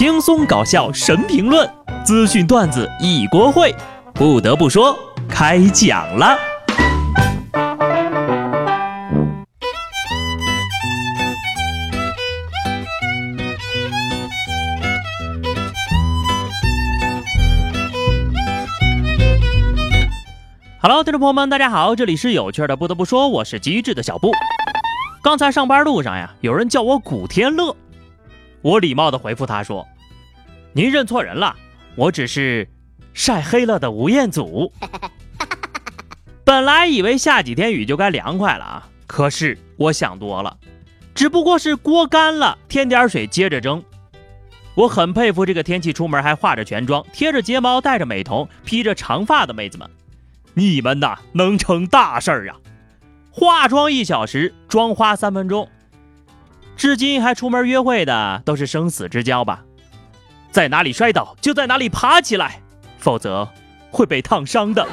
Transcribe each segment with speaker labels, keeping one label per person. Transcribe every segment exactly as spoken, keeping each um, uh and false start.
Speaker 1: 轻松搞笑神评论，资讯段子一锅烩。不得不说，开讲了。Hello， 听众朋友们，大家好，这里是有趣的。不得不说，我是机智的小布。刚才上班路上呀，有人叫我古天乐。我礼貌地回复他说：“您认错人了，我只是晒黑了的吴彦祖。”本来以为下几天雨就该凉快了啊，可是我想多了，只不过是锅干了，添点水接着蒸。我很佩服这个天气出门还化着全妆、贴着睫毛、戴着美瞳、披着长发的妹子们，你们呐能成大事儿啊！化妆一小时，妆花三分钟。至今还出门约会的都是生死之交吧？在哪里摔倒就在哪里爬起来，否则会被烫伤的。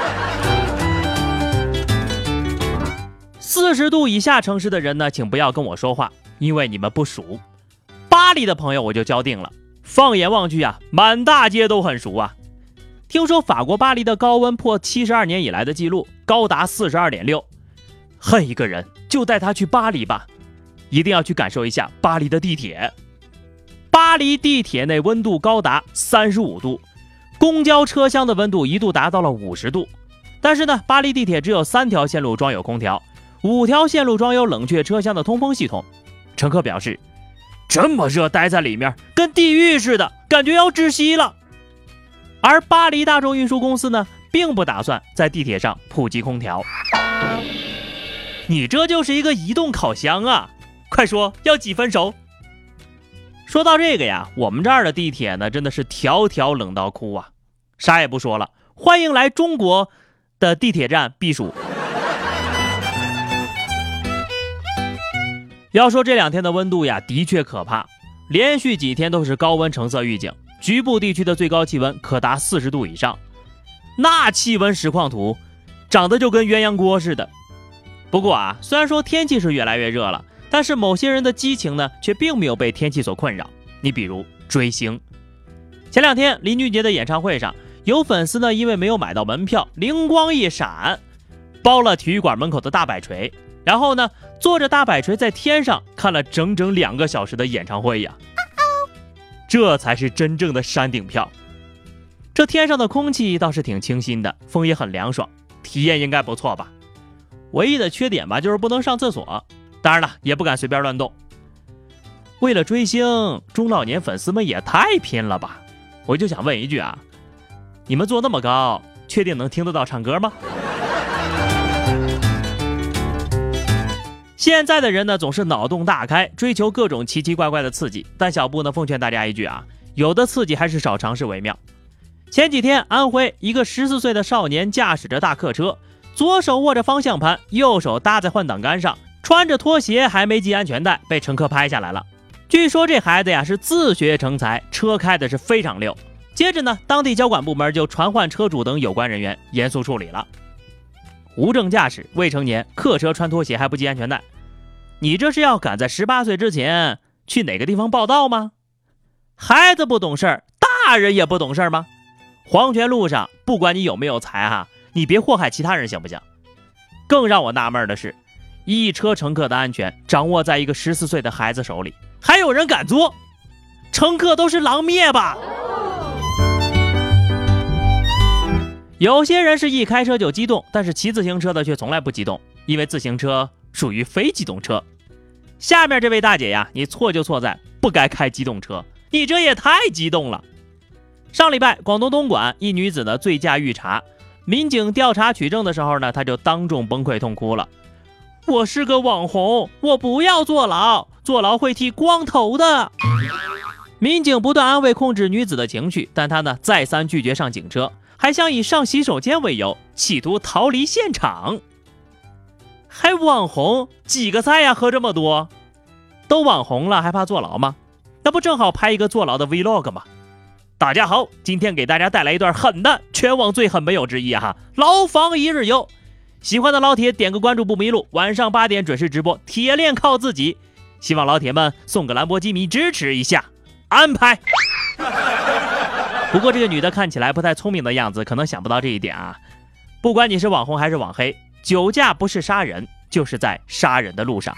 Speaker 1: 四十度以下城市的人呢，请不要跟我说话，因为你们不熟。巴黎的朋友我就交定了，放眼望去啊，满大街都很熟啊。听说法国巴黎的高温破七十二年以来的记录，高达 四十二点六。恨一个人就带他去巴黎吧，一定要去感受一下巴黎的地铁。巴黎地铁内温度高达三十五度，公交车厢的温度一度达到了五十度。但是呢，巴黎地铁只有三条线路装有空调，五条线路装有冷却车厢的通风系统。乘客表示，这么热待在里面跟地狱似的，感觉要窒息了。而巴黎大众运输公司呢，并不打算在地铁上普及空调。你这就是一个移动烤箱啊，快说要几分熟。说到这个呀，我们这儿的地铁呢，真的是条条冷到哭啊。啥也不说了，欢迎来中国的地铁站避暑。要说这两天的温度呀，的确可怕，连续几天都是高温橙色预警，局部地区的最高气温可达四十度以上。那气温实况图长得就跟鸳鸯锅似的。不过啊，虽然说天气是越来越热了，但是某些人的激情呢，却并没有被天气所困扰。你比如追星。前两天林俊杰的演唱会上，有粉丝呢因为没有买到门票，灵光一闪，包了体育馆门口的大摆锤，然后呢坐着大摆锤在天上看了整整两个小时的演唱会呀。这才是真正的山顶票。这天上的空气倒是挺清新的，风也很凉爽，体验应该不错吧。唯一的缺点吧，就是不能上厕所，当然了，也不敢随便乱动。为了追星，中老年粉丝们也太拼了吧！我就想问一句啊，你们坐那么高，确定能听得到唱歌吗？现在的人呢，总是脑洞大开，追求各种奇奇怪怪的刺激，但小布呢，奉劝大家一句啊，有的刺激还是少尝试为妙。前几天，安徽一个十四岁的少年驾驶着大客车，左手握着方向盘，右手搭在换挡杆上，穿着拖鞋还没系安全带，被乘客拍下来了。据说这孩子呀是自学成才，车开的是非常溜。接着呢，当地交管部门就传唤车主等有关人员严肃处理了。无证驾驶、未成年、客车穿拖鞋还不系安全带，你这是要赶在十八岁之前去哪个地方报到吗？孩子不懂事儿，大人也不懂事儿吗？黄泉路上，不管你有没有才哈，你别祸害其他人行不行？更让我纳闷的是，一车乘客的安全掌握在一个十四岁的孩子手里，还有人敢坐？乘客都是狼灭吧？有些人是一开车就激动，但是骑自行车的却从来不激动，因为自行车属于非机动车。下面这位大姐呀，你错就错在不该开机动车，你这也太激动了。上礼拜，广东东莞一女子呢醉驾遇查，民警调查取证的时候呢，她就当众崩溃痛哭了。我是个网红，我不要坐牢，坐牢会剃光头的。民警不断安慰控制女子的情绪，但她呢再三拒绝上警车，还想以上洗手间为由，企图逃离现场。还网红，几个菜呀？喝这么多，都网红了还怕坐牢吗？那不正好拍一个坐牢的 vlog 吗？大家好，今天给大家带来一段狠的，全网最狠没有之一哈，牢房一日游。喜欢的老铁点个关注不迷路，晚上八点准时直播，铁链靠自己。希望老铁们送个兰博基尼支持一下，安排。 不过这个女的看起来不太聪明的样子，可能想不到这一点啊。不管你是网红还是网黑，酒驾不是杀人，就是在杀人的路上。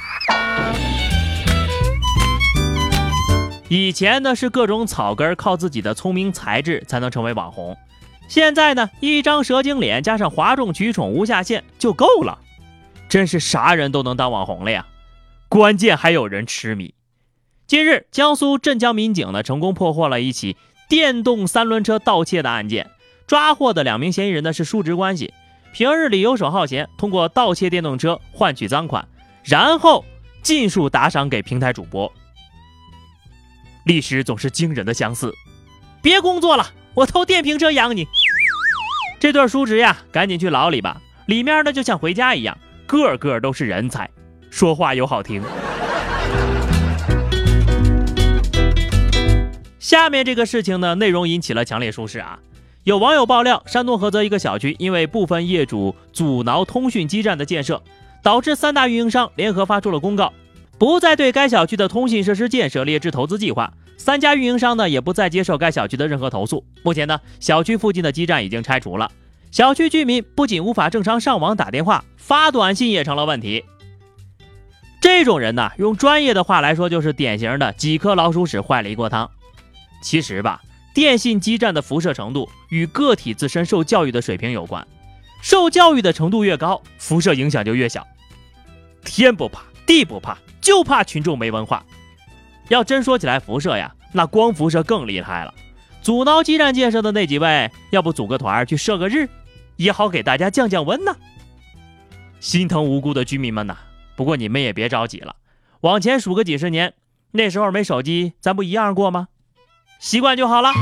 Speaker 1: 以前呢是各种草根靠自己的聪明才智才能成为网红，现在呢一张蛇精脸加上哗众取宠无下限就够了，真是啥人都能当网红了呀！关键还有人痴迷。近日，江苏镇江民警呢成功破获了一起电动三轮车盗窃的案件，抓获的两名嫌疑人呢是叔侄关系，平日里游手好闲，通过盗窃电动车换取赃款，然后尽数打赏给平台主播。历史总是惊人的相似，别工作了，我偷电瓶车养你。这对叔侄呀，赶紧去牢里吧，里面呢就像回家一样，个个都是人才，说话又好听。下面这个事情呢，内容引起了强烈疏视啊。有网友爆料，山东菏泽一个小区因为部分业主阻挠通讯基站的建设，导致三大运营商联合发出了公告，不再对该小区的通信设施建设列支投资计划。三家运营商呢，也不再接受该小区的任何投诉。目前呢，小区附近的基站已经拆除了，小区居民不仅无法正常上网打电话，发短信也成了问题。这种人呢，用专业的话来说，就是典型的几颗老鼠屎坏了一锅汤。其实吧，电信基站的辐射程度与个体自身受教育的水平有关，受教育的程度越高，辐射影响就越小。天不怕地不怕，就怕群众没文化。要真说起来辐射呀，那光辐射更厉害了。阻挠基站建设的那几位，要不组个团去射个日，也好给大家降降温呢。心疼无辜的居民们呐，不过你们也别着急了，往前数个几十年，那时候没手机，咱不一样过吗？习惯就好了。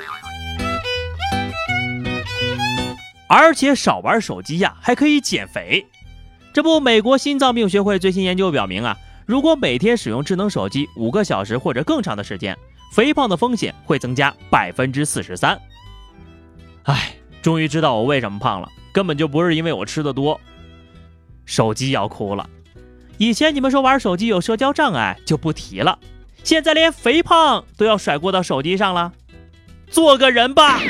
Speaker 1: 而且少玩手机呀，还可以减肥。这不，美国心脏病学会最新研究表明啊，如果每天使用智能手机五个小时或者更长的时间，肥胖的风险会增加百分之四十三。哎，终于知道我为什么胖了，根本就不是因为我吃的多。手机要哭了，以前你们说玩手机有社交障碍就不提了，现在连肥胖都要甩锅到手机上了，做个人吧。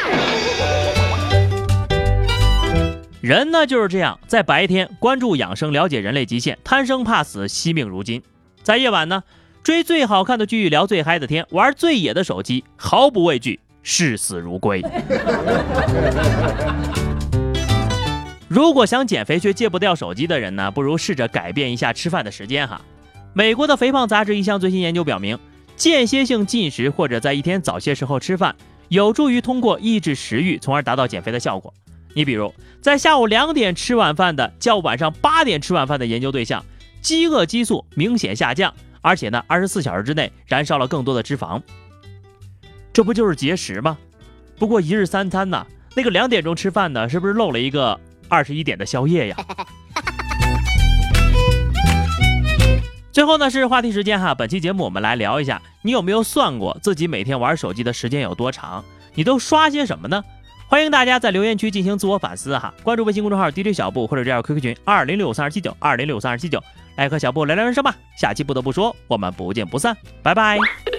Speaker 1: 人呢就是这样，在白天关注养生，了解人类极限，贪生怕死，惜命如金；在夜晚呢，追最好看的剧，聊最嗨的天，玩最野的手机，毫不畏惧，视死如归。如果想减肥却戒不掉手机的人呢，不如试着改变一下吃饭的时间哈。美国的肥胖杂志一项最新研究表明，间歇性进食或者在一天早些时候吃饭，有助于通过抑制食欲，从而达到减肥的效果。你比如，在下午两点吃晚饭的较晚上八点吃晚饭的研究对象，饥饿激素明显下降，而且呢，二十四小时之内燃烧了更多的脂肪。这不就是节食吗？不过一日三餐呢，那个两点钟吃饭呢，是不是漏了一个二十一点的宵夜呀？最后呢是话题时间哈，本期节目我们来聊一下，你有没有算过自己每天玩手机的时间有多长？你都刷些什么呢？欢迎大家在留言区进行自我反思哈，关注微信公众号 D J 小布或者加入 Q Q 群二零六三二七九二零六三二七九，来和小布聊聊人生吧。下期不得不说，我们不见不散，拜拜。